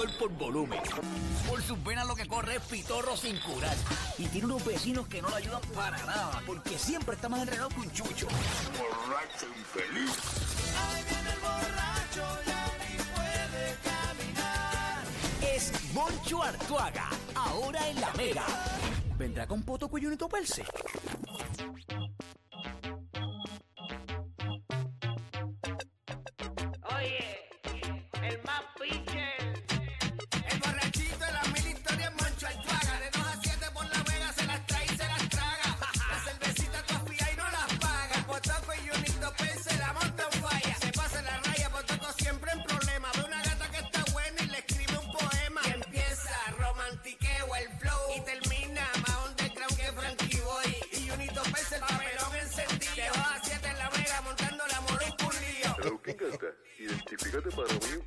mayor por volumen. Por sus venas lo que corre es pitorro sin curar. Y tiene unos vecinos que no lo ayudan para nada, porque siempre está más enredado que un chucho. Borracho infeliz. Ahí viene el borracho, ya ni puede caminar. Es Moncho Artuaga, ahora en La Mega. ¿Vendrá con poto, cuello y toperse? Oye, el más pitcher. El borrachito de las mil historias, Moncho Artuaga. De 2 a 7 por La Vega se las trae y se las traga. La cervecita tú afía y no las paga. Potoco y Junito Pen se la monta en falla. Se pasa la raya, Potoco siempre en problema. Ve una gata que está buena y le escribe un poema. Y empieza romantiqueo el flow. Y termina más underground que Frankie Boy. Y Junito Pen el papelón encendido. De 2 a 7 en La Vega montando la molusco un lío. Hello, ¿quién canta? Identifícate para mí.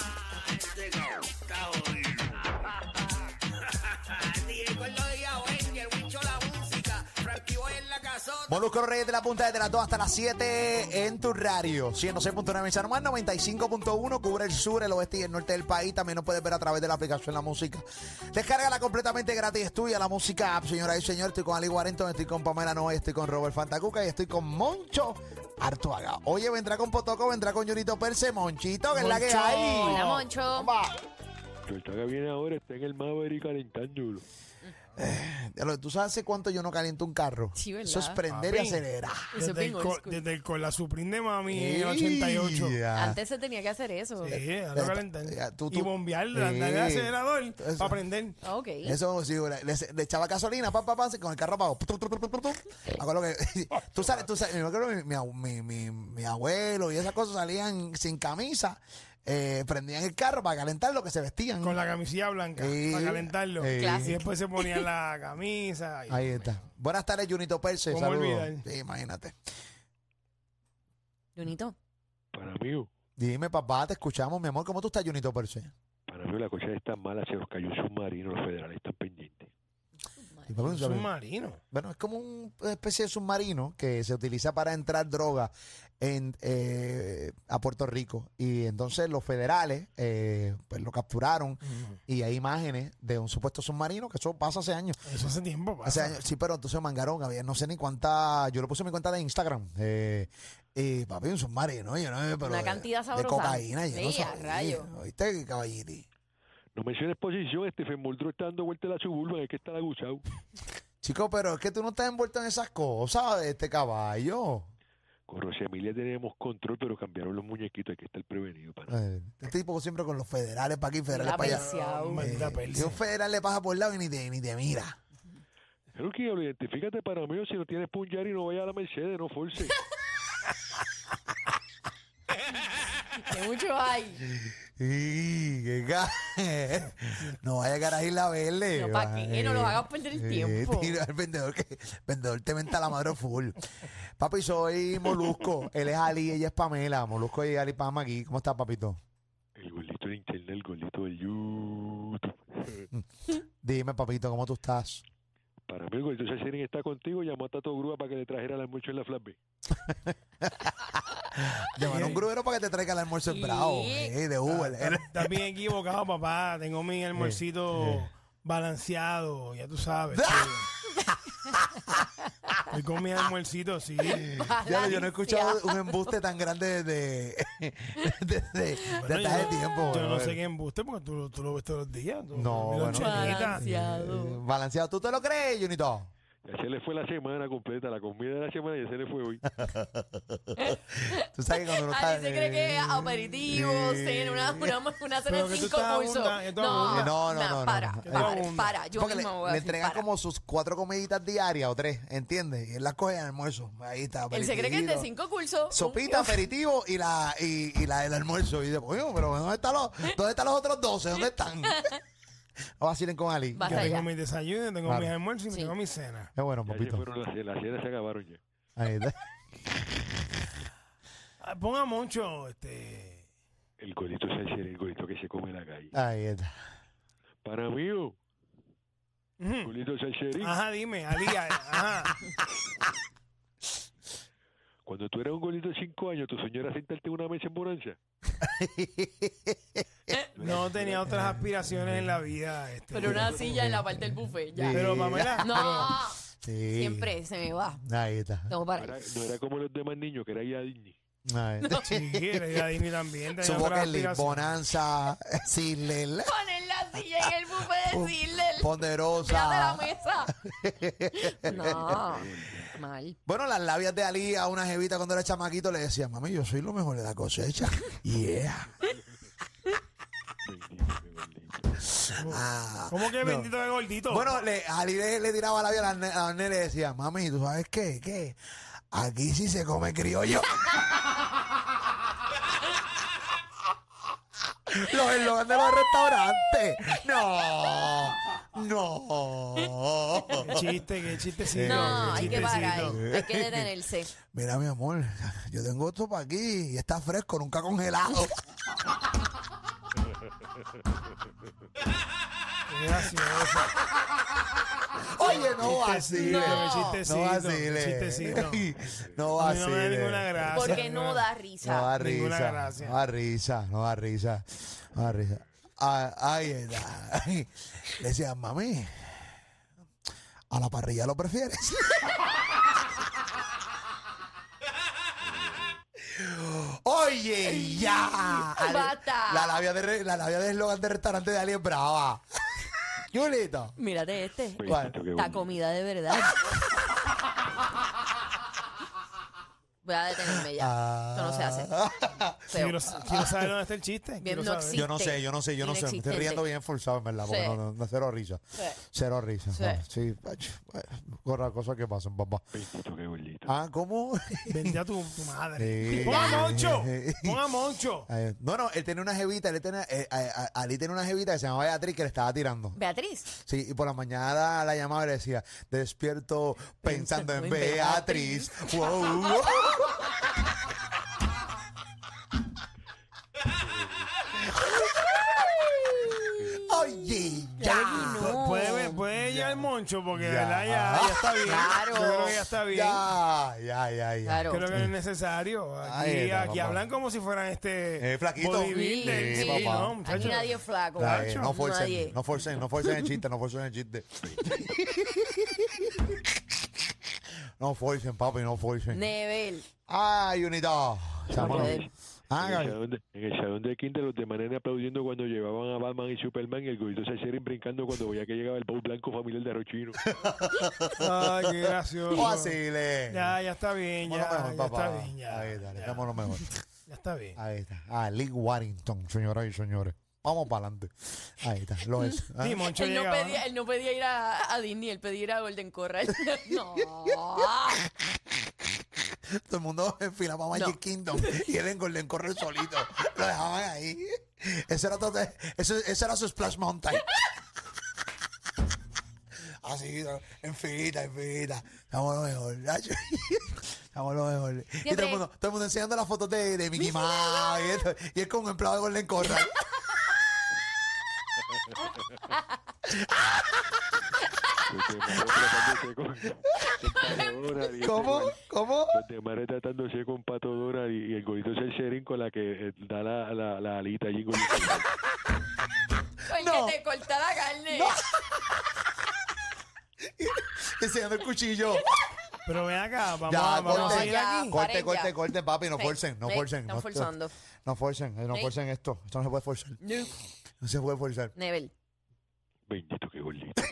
DJ Gordo Díaz, el Wicho la música. Frankie Boy en la casota. Molusco Reyes de la punta desde las 2 hasta las 7 en tu radio. 106.9 en San Juan, 95.1 cubre el sur, el oeste y el norte del país. También nos puedes ver a través de la aplicación La Música. Descárgala completamente gratis, es tuya, La Música App. Señora y señor, estoy con Ali Warrington, estoy con Pamela Noé, estoy con Robert Fantacuca y estoy con Moncho Artuaga. Oye, vendrá con Potoco, vendrá con Junito Perse, Monchito, que es la que hay. Hola, Moncho. Vamos. Artuaga viene ahora, está en el Maverick calentándolo. ¿Tú sabes hace cuánto yo no caliento un carro? Sí, ¿verdad? Eso es prender y Papi. acelerar. Eso es bien old school. Desde el con la Supreme de mami en el 88. Ya. Antes se tenía que hacer eso. Sí, déjalo calentar. Tú- Y bombear, darle el acelerador Eso. para prender. Ok. Eso sí, le echaba gasolina, con el carro apagado. Me acuerdo que, tú sabes, me acuerdo que mi abuelo y esas cosas salían sin camisa, prendían el carro para calentar lo que se vestían. Con la camisilla blanca Sí. para calentarlo. Sí. Y después se ponía la camisa. Ahí está. Buenas tardes, Junito Perse. ¿Cómo Saludos. olvidar? Sí, imagínate. Junito. Para mí, Dime, papá, te escuchamos, mi amor. ¿Cómo tú estás, Junito Perse? para mí la cosa es tan mala, se nos cayó un submarino, los federales están pendientes. Y papi, Un ¿sabes? submarino. Bueno, es como una especie de submarino que se utiliza para entrar droga a Puerto Rico. Y entonces los federales pues lo capturaron y hay imágenes de un supuesto submarino, que eso pasa hace años. Eso hace tiempo. Hace Pasa. años, sí, pero entonces mangaron, había no sé ni cuánta, yo lo puse en mi cuenta de Instagram. Y papi, un submarino, yo no pero Una cantidad de sabrosa. cocaína, yo no Sí, a sabía. rayo. ¿Oíste, caballiti? No menciones posición, Stephen Muldrow está dando vuelta a la Suburban, hay que estar aguzado. Chico, pero es que tú no estás envuelto en esas cosas, caballo. Con Rosa Emilia tenemos control, pero cambiaron los muñequitos, hay que estar prevenido. Para Este tipo siempre con los federales para aquí, federales La para allá. apreciado. Maldita Si persa. un federal le pasa por el lado y ni te mira. Creo que identifícate para mí, o si no tienes punjar y no vayas a la Mercedes, no force. Que mucho hay. Y no vaya a llegar ahí la verde. No, ¿pa' qué? No los hagas perder el tiempo. Tira al vendedor que el vendedor te menta la madre full. Papi, soy Molusco. Él es Ali, ella es Pamela. Molusco y Ali Pama aquí. ¿Cómo estás, papito? El golito de internet, el golito de YouTube. Dime, papito, ¿cómo tú estás? Para mí, el golito Salserín está contigo, llamó a Tato Grúa para que le trajera el almuerzo en la Flat B. Llamaron a un gruero para que te traiga el almuerzo en Sí. Bravo, de Uber. Estás bien equivocado, papá. Tengo mi almuercito balanceado, ya tú sabes. Estoy con mi almuercito, sí. Ya, yo no he escuchado un embuste tan grande de Bueno, hace tiempo. yo no brother. sé qué embuste porque tú lo ves todos los días. No, bueno. Balanceado. Balanceado. ¿Tú te lo crees, Junito? Ya se le fue la semana completa, la comida de la semana ya se le fue hoy. Tú sabes que cuando uno está... Alguien se cree que es aperitivo, cena, una cena Pero de que tú 5 estás cursos. abunda- que tú No, abundas. No. Para, Que tú para, abundas. para. Yo Porque misma me voy a le decir, entregan para. como sus 4 comiditas diarias o 3, ¿entiendes? Y él las coge en almuerzo. Ahí está. Él se cree que es de aperitito. 5 cursos. Sopita, aperitivo y la del almuerzo. Y dice, oye, pero ¿dónde están los otros 12? ¿Dónde están? O vacilen con Ali. Vas Yo tengo allá. mis desayunos, tengo Claro. mis almuerzos y Sí. tengo mi cena. Qué bueno, Ya se papito. fueron las cenas se acabaron ya. Ahí está. Ponga mucho, El golito Salserín, el golito que se come en la calle. Ahí está. Para mí, Ujú. golito Salserín. Ajá, dime, Ali, ajá. Cuando tú eras un golito de 5 años, tu sueño era sentarte en una mesa en Bonanza. No tenía otras aspiraciones en la vida. Pero una silla en la parte del buffet, ya. Pero Pamela, No, Sí. siempre se me va. Ahí está. No, para. No era como los demás niños, que era ya Disney. Ahí. sí, era Disney también. Tenía Supongo otras que Liz aspiraciones. Bonanza, Sidler, Ponen la silla en el buffet de Sidler. Ponderosa. de la mesa. No, mal. Bueno, las labias de Ali a una jevita cuando era chamaquito le decía, mami, yo soy lo mejor de la cosecha. Yeah. Ah, ¿Cómo que no. bendito de gordito? Bueno, Ali le tiraba labia a la nena y le decía, mami, ¿tú sabes qué? ¿Qué? Aquí sí se come criollo. Los eslogans de los restaurantes. No. Qué chistecito. No, qué hay que parar. chistecito. Hay que detenerse. Mira, mi amor, yo tengo esto para aquí y está fresco, nunca congelado. Qué gracioso. Oye, no vacile. No. Chistecito, No vacile. chistecito. No A mí no me da vacile. ninguna gracia. Porque no da risa. No da Ninguna risa. gracia. No da risa. No da risa. No da risa. Ahí está. Le decía, mami, ¿a la parrilla lo prefieres? Oye, ya. Basta. La labia de eslogan de restaurante de Ali es brava. Julito. Mírate este. ¿Cuál? Bendito, qué Esta bonito. comida de verdad. Voy a detenerme ya. Esto no se hace. Feo. Quiero saber dónde está el chiste. Bien, Quiero no saber. existe. Yo no sé. Me estoy Inexistente. riendo bien forzado, en verdad, porque Sí. no, cero risa. Sí. Cero risa. Sí. Sí. Corra cosas que pasan, papá. Bendito, qué gordito. Ah, ¿cómo? Vende a tu madre. Sí. ¡Pon a Moncho! ¡Pon a Moncho! No, él tenía una jevita, Ali tenía una jevita que se llamaba Beatriz que le estaba tirando. Beatriz. Sí, y por la mañana la llamaba y le decía, despierto pensando en Beatriz. Wow. Oye, ya. No. Puede ya el Moncho, porque de Ya. verdad ya está bien. Claro. Yo creo que ya está bien. Ya. Claro. Creo que no es necesario. Ahí Aquí, está, aquí papá. hablan como si fueran flaquito. bodybuilder. Sí, Sí, papá. no, Aquí muchacho. nadie es flaco. Ay, no Nadie. forcen el chiste, no forcen el chiste. No forcen, papi, no forcen. Nebel. Ay, Unito. puede. En el salón de Kinder los demás nenes aplaudiendo cuando llevaban a Batman y Superman y el gordito Salcerín brincando cuando veía que llegaba el Pau Blanco familiar de Arrochino. Ay, qué gracioso. Vacile. Ya está bien, Estamos lo ya mejor, está papá. bien, ya. Ahí está, ya. estamos lo mejor. Ya está bien. Ahí está. Lee Warrington, señoras y señores. Vamos para adelante. Ahí está. Lo es. ¿Ah? Sí, Moncho Él no, llegaba. él no pedía ir a Disney, él pedía ir a Golden Corral. No. Todo el mundo en fila para Magic No. Kingdom y él en Golden Corral solito. Lo dejaban ahí. Ese era su Splash Mountain. Así, en filita. Estamos lo mejor. Estamos lo mejor. Y todo el mundo enseñando las fotos de Mickey Mouse y esto. Y él con un empleado de Golden Corral. ¿Cómo? Los demás tratándose con Pato Donald y el gordito Salcerín con la que da la alita allí con Con No. que te corta la carne. Enseñando el cuchillo. Pero ven acá, vamos, Ya, vamos corte. a seguir ya. aquí. Corte, papi. No Sí, forcen. sí, están forzando. No forcen esto. Esto no se puede forzar. No. No se puede forzar. Nebel. Bendito, qué gordito.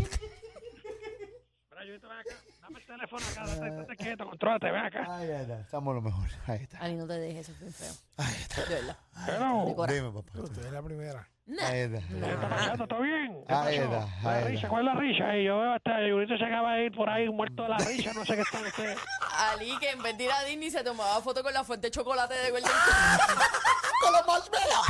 Dame el teléfono acá, estate quieto, contrólate, ven acá. Ahí está. Estamos lo mejor. Ahí está. Ali, no te dejes, eso es bien feo. Ahí está. De verdad. Hello. De corazón. Dime, papá. Usted es la primera. Ahí está. ¿Qué está pasando? ¿Todo bien? ¿Qué Ahí pasó? está, La ahí risa, está. ¿cuál es la risa? Yo veo hasta el Yurito se acaba de ir por ahí muerto de la risa, no sé qué están ustedes. Ali, que en vez de ir a Disney se tomaba foto con la fuente de chocolate de Golden Corral. ¡Con los marshmallows!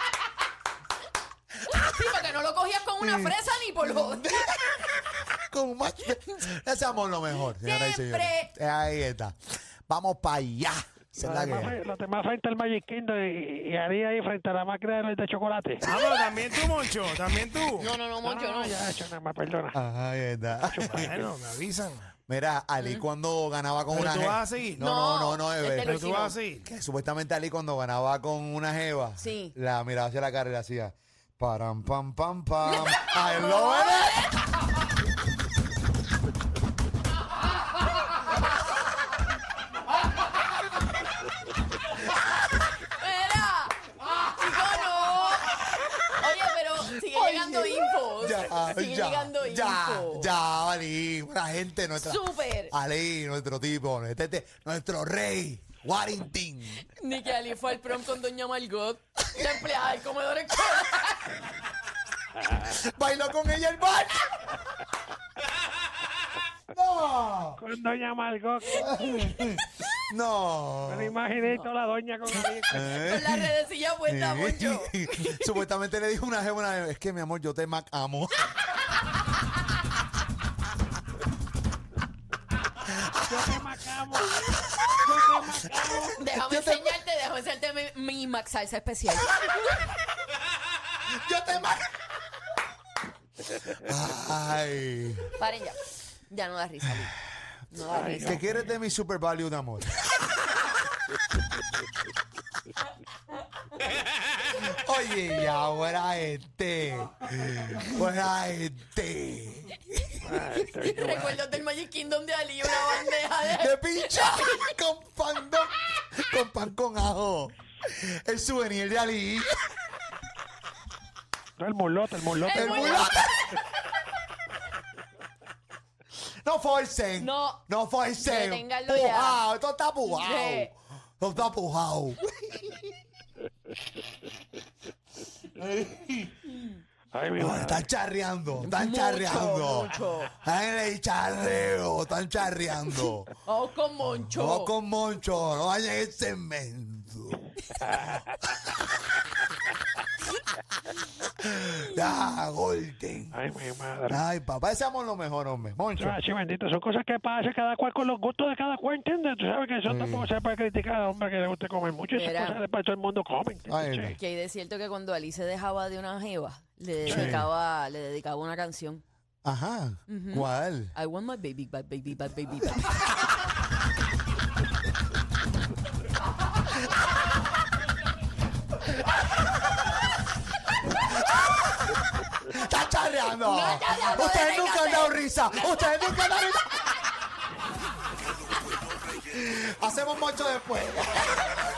Sí, porque no lo cogías con una fresa ni por joder. Con un marshmallow. Hacemos lo mejor, señoras y Siempre. señores. Ahí está. Vamos para allá. Esa es la que- Los demás frente al Magic Kingdom y haría ahí frente a la máquina de chocolate. Ah, pero también tú, Moncho, también tú. No, Moncho, no. Ya, hecho nada más, perdona. Ajá, ahí está. Bueno, me avisan. Mira, Ali cuando ganaba con ¿Pero una tú jeva. vas a seguir? No, este lo Pero tú hicimos. vas a seguir. Que supuestamente Ali cuando ganaba con una jeva, Sí. la miraba hacia la cara y le hacía param pam pam pam. ¡Ay, lo veré! ¡Mira! ¡Chico, no! Oye, pero sigue llegando info. Sigue llegando info. Ya, Ali, buena gente, nuestra. Súper. Ali, nuestro tipo, nuestro rey, Warrington. Ni que Ali fue al prom con Doña Margot, la empleada del comedor escolar. Bailó con ella el bar. No, Con doña Margot. no. Me lo imaginé toda la doña con alguien. Con la redecilla puesta, Moncho. Supuestamente le dijo una jeva, es que mi amor, yo te amo. Yo te macamo. Déjame enseñarte mi Max salsa especial. Yo te Ay. Paren ya. Ya no da risa, Ali. No da risa. ¿Qué quieres de mi super value de amor? Oye, ya, buena gente. Buena gente. Recuerdos del Magic Kingdom de Ali, una bandeja de... De pincha con pan con ajo. El souvenir de Ali. No, el molote. El El molote. mulato. No forcen. No. No forcen. Deténganlo ya. Pujao, esto está pujado. Sí. Esto está pujado. Ay, mi madre. Están charreando. Están Mucho, charreando. mucho. Están en el charreo. Están charreando. Vamos con Moncho. No con Moncho. No vayan el cemento. Ya, Golden. Ay, mi madre. Ay, papá, deseamos lo mejor, hombre. Moncho. Sí, bendito. Son cosas que pasan cada cual con los gustos de cada cual, ¿entiendes? Tú sabes que eso tampoco se puede criticar a hombre que le guste comer mucho. Esas Mira. cosas para todo el mundo comen. Ay, ¿entiendes? Que hay de cierto que cuando Ali se dejaba de una jeva, le dedicaba una canción. Ajá. ¿Cuál? I want my baby back, baby back, baby back. ¡Está charreando! No, charreando, Ustedes nunca han déjate. dado risa. Ustedes nunca han dado risa. Hacemos mucho después.